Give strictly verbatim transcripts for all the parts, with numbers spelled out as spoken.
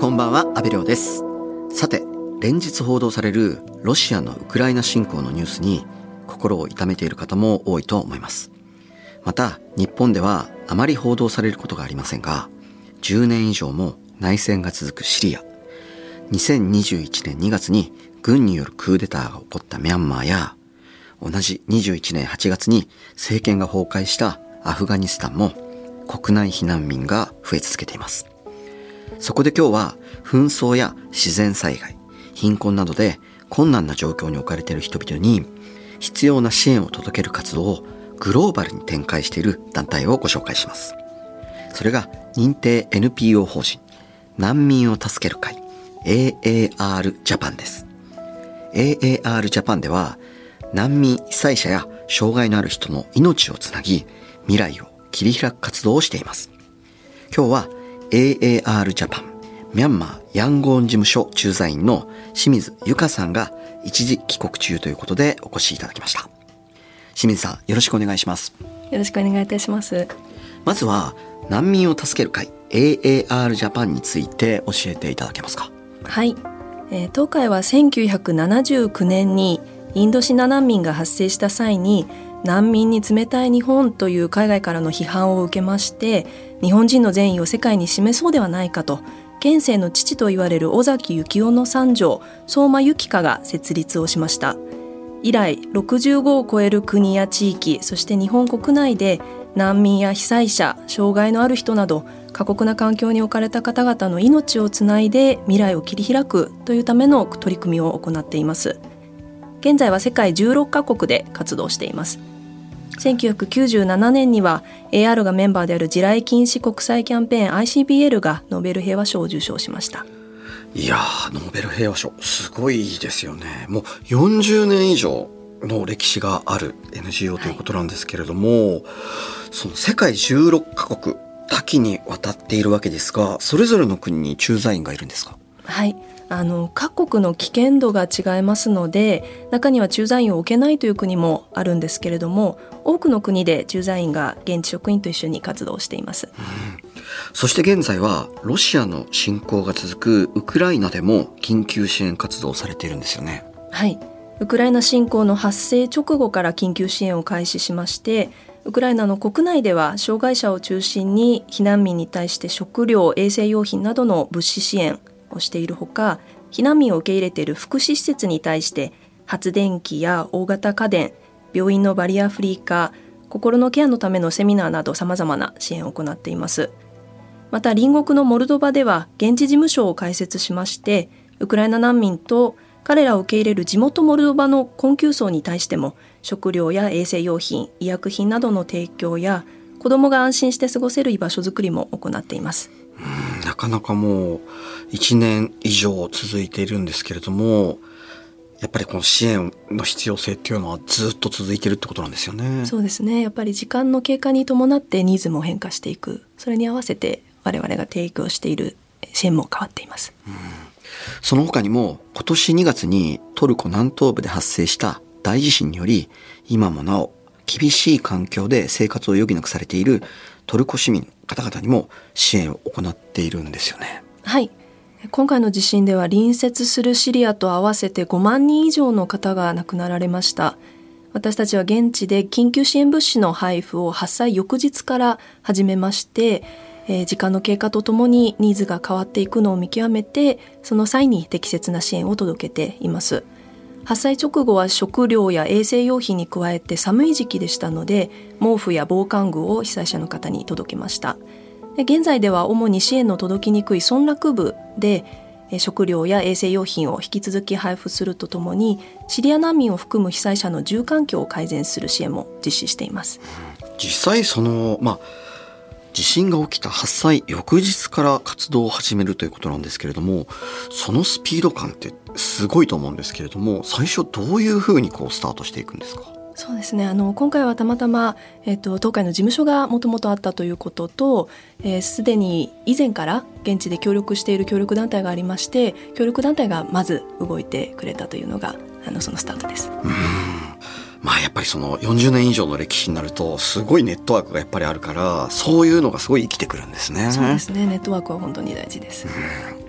こんばんは、阿部亮です。さて、連日報道されるロシアのウクライナ侵攻のニュースに心を痛めている方も多いと思います。また日本ではあまり報道されることがありませんが、じゅうねん以上も内戦が続くシリア、にせんにじゅういちねんにがつに軍によるクーデターが起こったミャンマーや、同じにじゅういちねんはちがつに政権が崩壊したアフガニスタンも国内避難民が増え続けています。そこで今日は紛争や自然災害、貧困などで困難な状況に置かれている人々に必要な支援を届ける活動をグローバルに展開している団体をご紹介します。それが認定 エヌピーオー 法人難民を助ける会 エーエーアール ジャパンです。 エーエーアール ジャパンでは難民被災者や障害のある人の命をつなぎ未来を切り開く活動をしています。今日は エーエーアール ジャパンミャンマーヤンゴーン事務所駐在員の清水由香さんが一時帰国中ということでお越しいただきました。清水さん、よろしくお願いします。 よろしくお願いいたします。 まずは難民を助ける会 エーエーアール ジャパンについて教えていただけますか。 はい、えー、当会はせんきゅうひゃくななじゅうきゅうねんにインドシナ難民が発生した際に、難民に冷たい日本という海外からの批判を受けまして、日本人の善意を世界に示そうではないかと、現世の父と言われる尾崎幸夫の三女相馬由紀香が設立をしました。以来ろくじゅうごを超える国や地域、そして日本国内で難民や被災者、障害のある人など過酷な環境に置かれた方々の命をつないで未来を切り開くというための取り組みを行っています。現在は世界じゅうろっかこくで活動しています。せんきゅうひゃくきゅうじゅうななねんには エーアール がメンバーである地雷禁止国際キャンペーン アイシービーエル がノーベル平和賞を受賞しました。 いやー、ノーベル平和賞すごいですよね。もうよんじゅうねん以上の歴史がある エヌジーオー ということなんですけれども、はい、その世界じゅうろっかこく多岐にわたっているわけですが、それぞれの国に駐在員がいるんですか。 はい、あの各国の危険度が違いますので、中には駐在員を置けないという国もあるんですけれども、多くの国で駐在員が現地職員と一緒に活動しています。うん、 そして現在はロシアの侵攻が続くウクライナでも緊急支援活動をされているんですよね。 はい、ウクライナ侵攻の発生直後から緊急支援を開始しまして、ウクライナの国内では障害者を中心に避難民に対して食料、衛生用品などの物資支援をしているほか、避難民を受け入れている福祉施設に対して発電機や大型家電、病院のバリアフリー化、心のケアのためのセミナーなど様々な支援を行っています。また隣国のモルドバでは現地事務所を開設しまして、ウクライナ難民と彼らを受け入れる地元モルドバの困窮層に対しても食料や衛生用品、医薬品などの提供や、子どもが安心して過ごせる居場所づくりも行っています。 うん、なかなかもういちねん以上続いているんですけれども、やっぱりこの支援の必要性っていうのはずっと続いているってことなんですよね。 そうですね。やっぱり時間の経過に伴ってニーズも変化していく。それに合わせて我々が提供している支援も変わっています。 うん、その他にも今年にがつにトルコ南東部で発生した大地震により、今もなお厳しい環境で生活を余儀なくされているトルコ市民の方々にも支援を行っているんですよね。 はい、今回の地震では隣接するシリアと合わせてごまんにん以上の方が亡くなられました。私たちは現地で緊急支援物資の配布を発災翌日から始めまして、えー、時間の経過とともにニーズが変わっていくのを見極めて、その際に適切な支援を届けています。発災直後は食料や衛生用品に加えて寒い時期でしたので、毛布や防寒具を被災者の方に届けました。で、現在では主に支援の届きにくい村落部で食料や衛生用品を引き続き配布するとともに、シリア難民を含む被災者の住環境を改善する支援も実施しています。 実際その、まあ、地震が起きた発災翌日から活動を始めるということなんですけれども、そのスピード感ってすごいと思うんですけれども、最初どういうふうにこうスタートしていくんですか。 そうですね、あの今回はたまたま、えっと、当会の事務所がもともとあったということと、えー、すでに以前から現地で協力している協力団体がありまして、協力団体がまず動いてくれたというのがあのそのスタートです。 うーん、まあやっぱりそのよんじゅうねん以上の歴史になるとすごいネットワークがやっぱりあるから、そういうのがすごい生きてくるんですね。 そうですね、ネットワークは本当に大事です。 うん、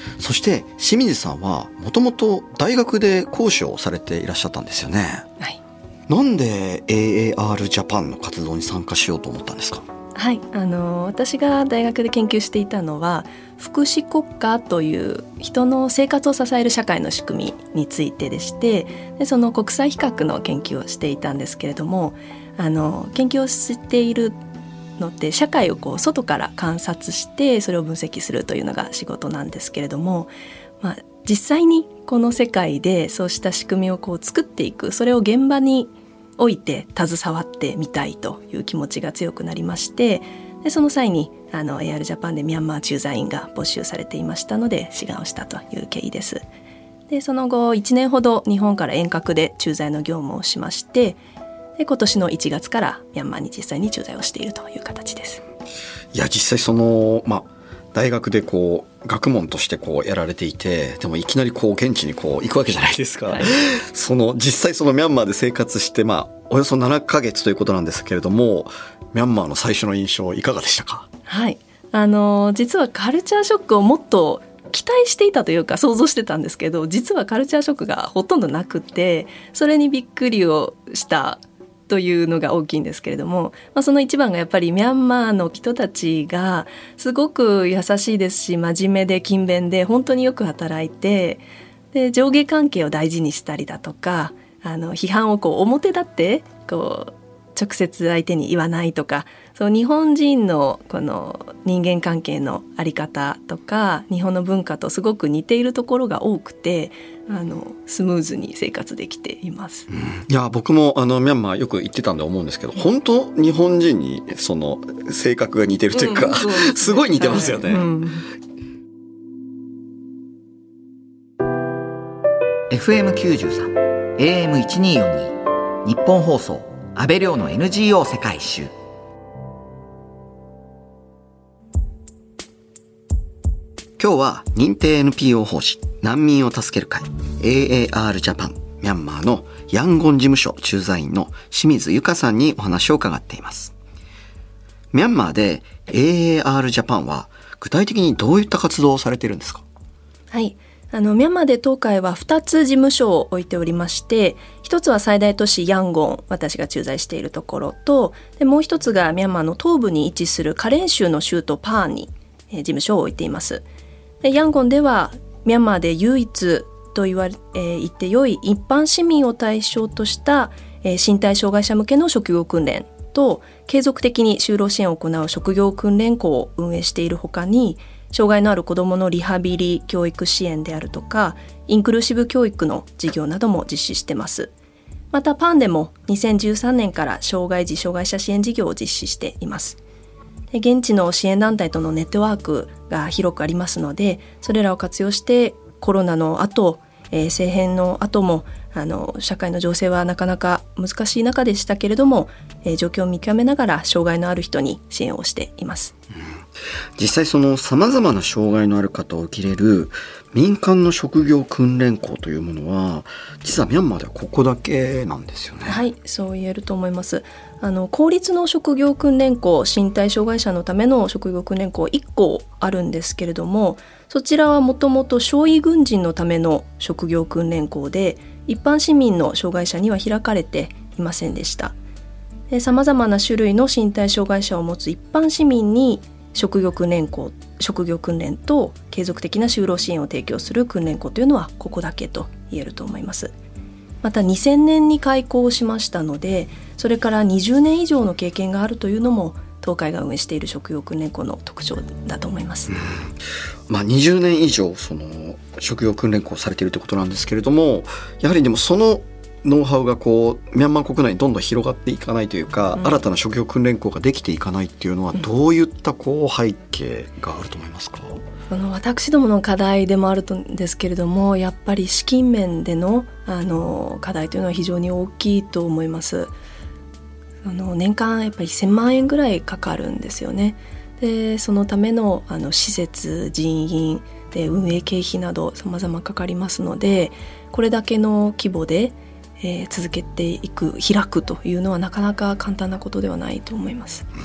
そして清水さんはもともと大学で講師をされていらっしゃったんですよね。 はい。 なんで エーエーアール ジャパンの活動に参加しようと思ったんですか？ はい、あの私が大学で研究していたのは福祉国家という人の生活を支える社会の仕組みについてでして、でその国際比較の研究をしていたんですけれども、あの研究をしているのって社会をこう外から観察してそれを分析するというのが仕事なんですけれども、まあ、実際にこの世界でそうした仕組みをこう作っていく、それを現場に置いて携わってみたいという気持ちが強くなりまして、でその際にあの エーアール ジャパンでミャンマー駐在員が募集されていましたので志願をしたという経緯です。でその後いちねんほど日本から遠隔で駐在の業務をしまして、で今年のいちがつからミャンマーに実際に駐在をしているという形です。 いや実際その、まあ、大学でこう学問としてこうやられていて、でもいきなりこう現地にこう行くわけじゃないですか、はい、その実際そのミャンマーで生活して、まあ、およそななかげつということなんですけれども、ミャンマーの最初の印象いかがでしたか？ はい、あの実はカルチャーショックをもっと期待していたというか想像してたんですけど、実はカルチャーショックがほとんどなくて、それにびっくりをしたというのが大きいんですけれども、まあ、その一番がやっぱりミャンマーの人たちがすごく優しいですし、真面目で勤勉で本当によく働いて、で上下関係を大事にしたりだとか、あの批判をこう表立ってこう直接相手に言わないとか、そう日本人のこの人間関係のあり方とか日本の文化とすごく似ているところが多くて、あのスムーズに生活できています、うん、 いや僕もあのミャンマーよく行ってたんで思うんですけど、本当日本人にその性格が似てるというか、うん、そうですね、すごい似てますよね、はい、うん、 エフエムきゅうじゅうさん エーエムせんにひゃくよんじゅうに 日本放送安倍亮の エヌジーオー 世界一周。 今日は認定 エヌピーオー 法人難民を助ける会 エーエーアール ジャパンミャンマーのヤンゴン事務所駐在員の清水由香さんにお話を伺っています。ミャンマーで エーエーアール ジャパンは具体的にどういった活動をされているんですか？ はい、あのミャンマーで当会はふたつ事務所を置いておりまして、ひとつは最大都市ヤンゴン、私が駐在しているところと、でもう一つがミャンマーの東部に位置するカレン州の州都パーンに、えー、事務所を置いています。でヤンゴンではミャンマーで唯一と言われ、えー、言ってよい一般市民を対象とした、えー、身体障害者向けの職業訓練と継続的に就労支援を行う職業訓練校を運営しているほかに、障害のある子どものリハビリ教育支援であるとかインクルーシブ教育の事業なども実施しています。またパンでもにせんじゅうさんねんから障害児障害者支援事業を実施しています。で現地の支援団体とのネットワークが広くありますので、それらを活用してコロナの後、えー、政変の後もあの社会の情勢はなかなか難しい中でしたけれども、えー、状況を見極めながら障害のある人に支援をしています、うん、 実際そのさまざまな障害のある方を受け入れる民間の職業訓練校というものは実はミャンマーではここだけなんですよね。 はい、そう言えると思います。あの公立の職業訓練校、身体障害者のための職業訓練校いっこあるんですけれども、そちらはもともと傷痍軍人のための職業訓練校で一般市民の障害者には開かれていませんでした。さまざまな種類の身体障害者を持つ一般市民に職業訓練校、職業訓練と継続的な就労支援を提供する訓練校というのはここだけと言えると思います。またにせんねんに開校しましたので、それからにじゅうねん以上の経験があるというのも東海が運営している職業訓練校の特徴だと思います、うん、 まあ、にじゅうねん以上その職業訓練校をされているということなんですけれども、やはりでもそのノウハウがこうミャンマー国内にどんどん広がっていかないというか、うん、新たな職業訓練校ができていかないっていうのはどういったこう背景があると思いますか？ あの私どもの課題でもあるんですけれども、やっぱり資金面での、あの課題というのは非常に大きいと思います。あの年間やっぱりせんまんえんぐらいかかるんですよね。でそのための、あの施設、人員で運営経費など様々かかりますので、これだけの規模で、えー、続けていく、開くというのはなかなか簡単なことではないと思います。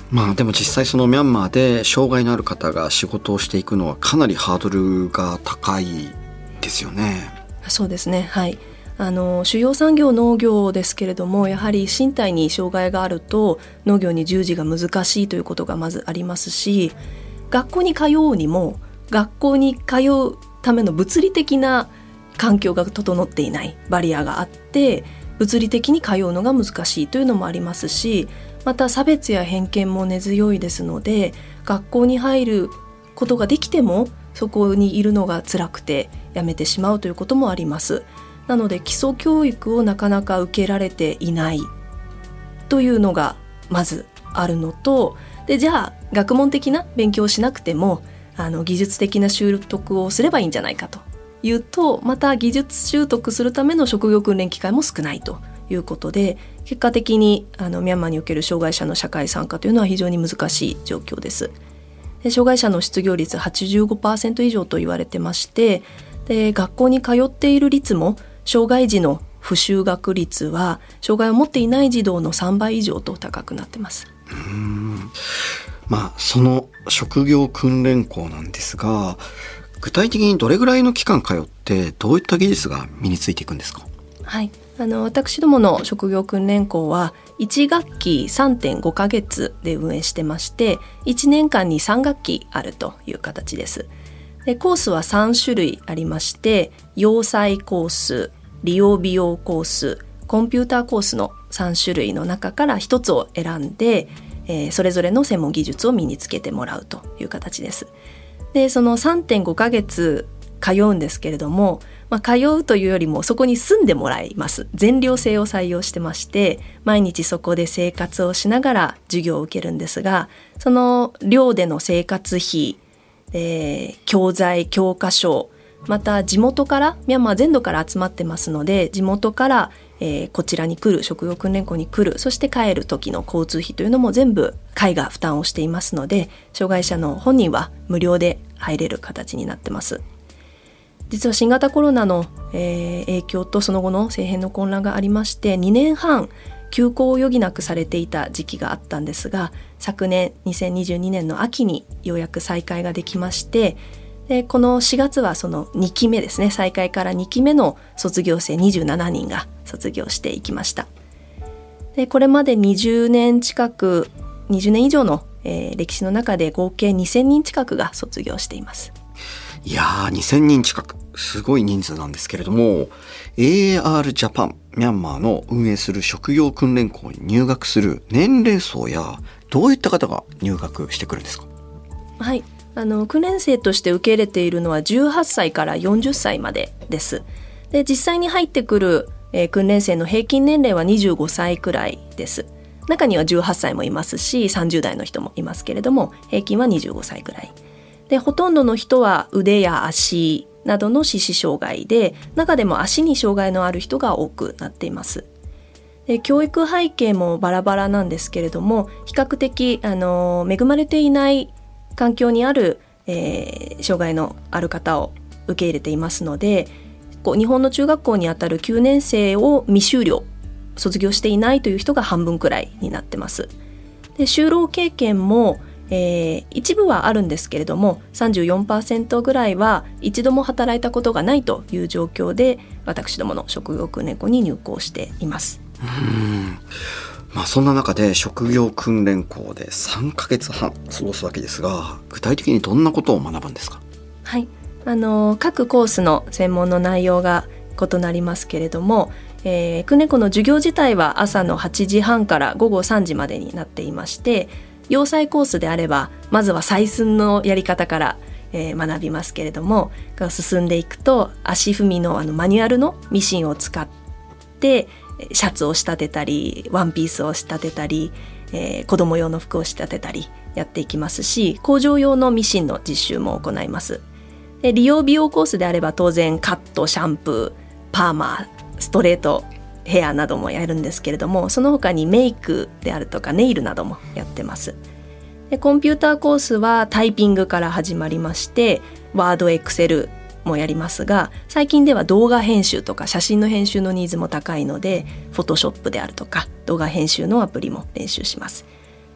まあでも実際そのミャンマーで障害のある方が仕事をしていくのはかなりハードルが高いですよね。 そうですね、はい。あの主要産業農業ですけれども、やはり身体に障害があると農業に従事が難しいということがまずありますし、学校に通うにも学校に通うための物理的な環境が整っていないバリアがあって、物理的に通うのが難しいというのもありますし、また差別や偏見も根強いですので、学校に入ることができてもそこにいるのが辛くて辞めてしまうということもあります。なので基礎教育をなかなか受けられていないというのがまずあるのと、でじゃあ学問的な勉強をしなくてもあの技術的な習得をすればいいんじゃないかというと、また技術習得するための職業訓練機会も少ないということで、結果的にあのミャンマーにおける障害者の社会参加というのは非常に難しい状況です。で障害者の失業率 はちじゅうごパーセント 以上と言われてまして、で学校に通っている率も障害児の不就学率は障害を持っていない児童のさんばい以上と高くなってます。 うーん、まあ、その職業訓練校なんですが、具体的にどれぐらいの期間通ってどういった技術が身についていくんですか？ はい、あの私どもの職業訓練校はいち学期 さんてんご ヶ月で運営してまして、いちねんかんにさん学期あるという形です。でコースはさん種類ありまして、洋裁コース、理容美容コース、コンピューターコースのさん種類の中からひとつを選んで、えー、それぞれの専門技術を身につけてもらうという形です。でその さんてんご ヶ月通うんですけれども、まあ、通うというよりもそこに住んでもらいます。全寮制を採用してまして、毎日そこで生活をしながら授業を受けるんですが、その寮での生活費、えー、教材教科書、また地元からミャンマー全土から集まってますので、地元から、えー、こちらに来る職業訓練校に来る、そして帰る時の交通費というのも全部会が負担をしていますので、障害者の本人は無料で入れる形になってます。実は新型コロナの、えー、影響とその後の政変の混乱がありまして、にねんはん休校を余儀なくされていた時期があったんですが、昨年にせんにじゅうにねんの秋にようやく再開ができまして、でこのしがつはそのにきめですね、再開からにきめの卒業生にじゅうななにんが卒業していきました。でこれまでにじゅうねん近くにじゅうねん以上の、えー、歴史の中で合計にせんにん近くが卒業しています。 いやー、にせんにん近く、すごい人数なんですけれども、 エーエーアール ジャパンミャンマーの運営する職業訓練校に入学する年齢層や、どういった方が入学してくるんですか？ はい、あの訓練生として受け入れているのはじゅうはっさいからよんじゅっさいまでです。で実際に入ってくる、えー、訓練生の平均年齢はにじゅうごさいくらいです。中にはじゅうはっさいもいますし、さんじゅう代の人もいますけれども、平均はにじゅうごさいくらいで、ほとんどの人は腕や足などの四肢障害で、中でも足に障害のある人が多くなっています。で教育背景もバラバラなんですけれども、比較的あの恵まれていない環境にある、えー、障害のある方を受け入れていますので、こう日本の中学校にあたるきゅうねん生を未修了、卒業していないという人が半分くらいになってます。で就労経験もえー、一部はあるんですけれども さんじゅうよんパーセント ぐらいは一度も働いたことがないという状況で、私どもの職業訓練校に入校しています。 うーん、まあ、そんな中で職業訓練校でさんかげつはん過ごすわけですが、具体的にどんなことを学ぶんですか？ はい、あの各コースの専門の内容が異なりますけれども、えー、訓練校の授業自体は朝のはちじはんからごごさんじまでになっていまして、洋裁コースであればまずは採寸のやり方から、えー、学びますけれども、進んでいくと足踏み の, あのマニュアルのミシンを使ってシャツを仕立てたり、ワンピースを仕立てたり、えー、子供用の服を仕立てたりやっていきますし、工場用のミシンの実習も行います。で理容美容コースであれば当然カット、シャンプー、パーマ、ストレートヘアなどもやるんですけれども、その他にメイクであるとかネイルなどもやってます。でコンピューターコースはタイピングから始まりまして、ワード、エクセルもやりますが、最近では動画編集とか写真の編集のニーズも高いので、フォトショップであるとか動画編集のアプリも練習します。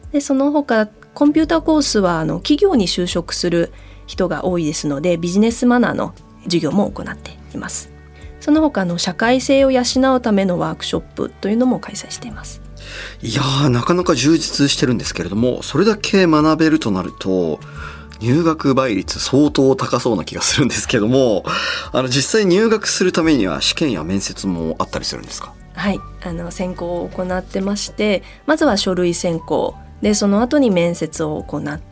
でその他コンピューターコースはあの企業に就職する人が多いですので、ビジネスマナーの授業も行っています。その他の社会性を養うためのワークショップというのも開催しています。 いやー、なかなか充実してるんですけれども、それだけ学べるとなると入学倍率相当高そうな気がするんですけども、あの実際入学するためには試験や面接もあったりするんですか？ はい、あの選考を行ってまして、まずは書類選考で、その後に面接を行って、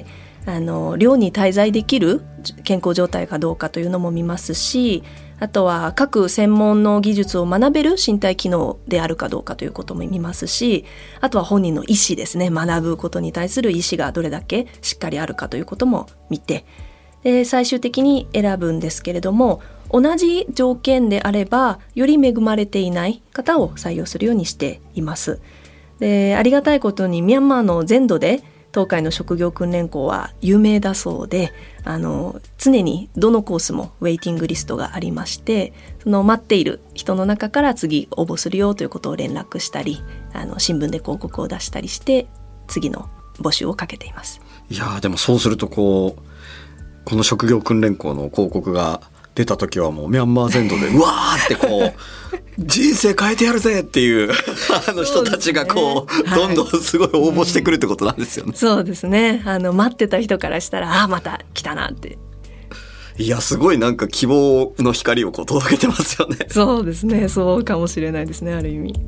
あの寮に滞在できる健康状態かどうかというのも見ますし、あとは各専門の技術を学べる身体機能であるかどうかということも見ますし、あとは本人の意思ですね。学ぶことに対する意思がどれだけしっかりあるかということも見て、で最終的に選ぶんですけれども、同じ条件であればより恵まれていない方を採用するようにしています。でありがたいことにミャンマーの全土で東海の職業訓練校は有名だそうで、あの常にどのコースもウェイティングリストがありまして、その待っている人の中から次応募するよということを連絡したり、あの新聞で広告を出したりして次の募集をかけています。 いやでもそうするとこうこの職業訓練校の広告が出た時はもうミャンマー全土でうわーってこう人生変えてやるぜっていうあの人たちがこう、ね、どんどんすごい応募してくるってことなんですよね。 そうですね。あの待ってた人からしたら、あまた来たなって。 いやすごいなんか希望の光をこう届けてますよね。 そうですね、そうかもしれないですね、ある意味。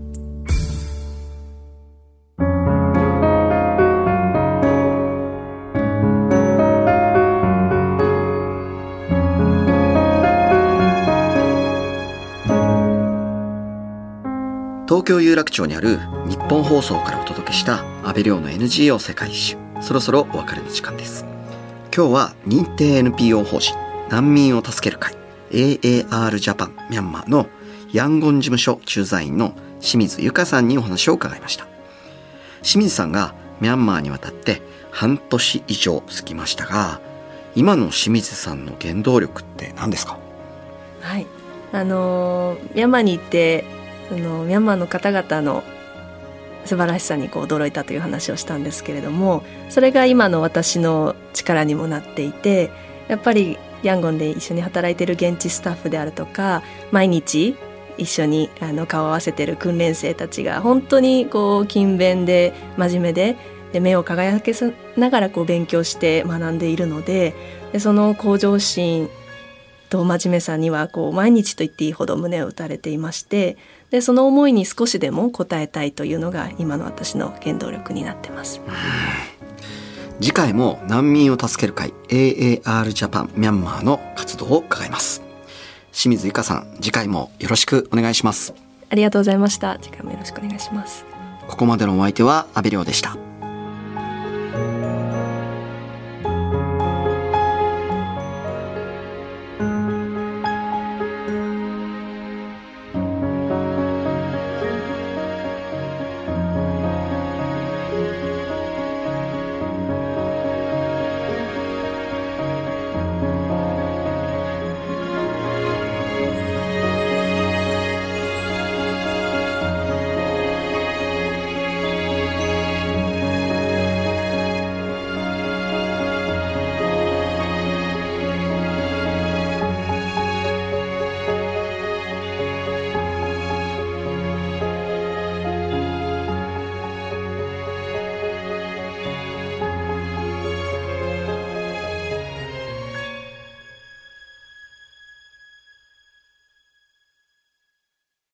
東京有楽町にある日本放送からお届けした安倍亮の エヌジーオー 世界一周、そろそろお別れの時間です。今日は認定 エヌピーオー 法人難民を助ける会 エーエーアール ジャパンミャンマーのヤンゴン事務所駐在員の清水由香さんにお話を伺いました。清水さんがミャンマーに渡って半年以上過ぎましたが、今の清水さんの原動力って何ですか？ はい、あのミャンマーに行ってあのミャンマーの方々の素晴らしさにこう驚いたという話をしたんですけれども、それが今の私の力にもなっていて、やっぱりヤンゴンで一緒に働いている現地スタッフであるとか、毎日一緒にあの顔を合わせている訓練生たちが本当にこう勤勉で真面目で、で目を輝かせながらこう勉強して学んでいるので、でその向上心と真面目さにはこう毎日と言っていいほど胸を打たれていまして、でその思いに少しでも応えたいというのが今の私の原動力になってます。 次回も難民を助ける会 エーエーアール ジャパンミャンマーの活動を伺います。清水由香さん、次回もよろしくお願いします。 ありがとうございました。次回もよろしくお願いします。 ここまでのお相手は安倍亮でした。